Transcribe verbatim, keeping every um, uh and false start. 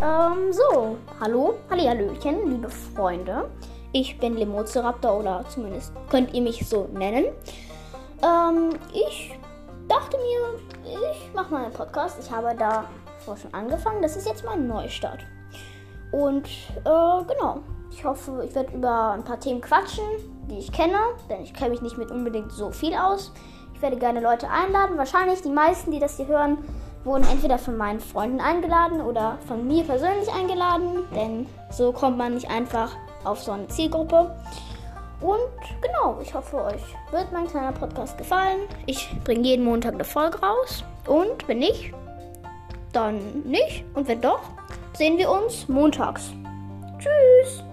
Ähm, so, hallo, hallihallöchen, liebe Freunde. Ich bin Lemoziraptor oder zumindest könnt ihr mich so nennen. Ähm, ich dachte mir, ich mache mal einen Podcast. Ich habe da vorher schon angefangen. Das ist jetzt mein Neustart. Und, äh, genau. Ich hoffe, ich werde über ein paar Themen quatschen, die ich kenne, denn ich kenne mich nicht mit unbedingt so viel aus. Ich werde gerne Leute einladen. Wahrscheinlich die meisten, die das hier hören, wurden entweder von meinen Freunden eingeladen oder von mir persönlich eingeladen, denn so kommt man nicht einfach auf so eine Zielgruppe. Und genau, ich hoffe, euch wird mein kleiner Podcast gefallen. Ich bringe jeden Montag eine Folge raus und wenn nicht, dann nicht. Und wenn doch, sehen wir uns montags. Tschüss!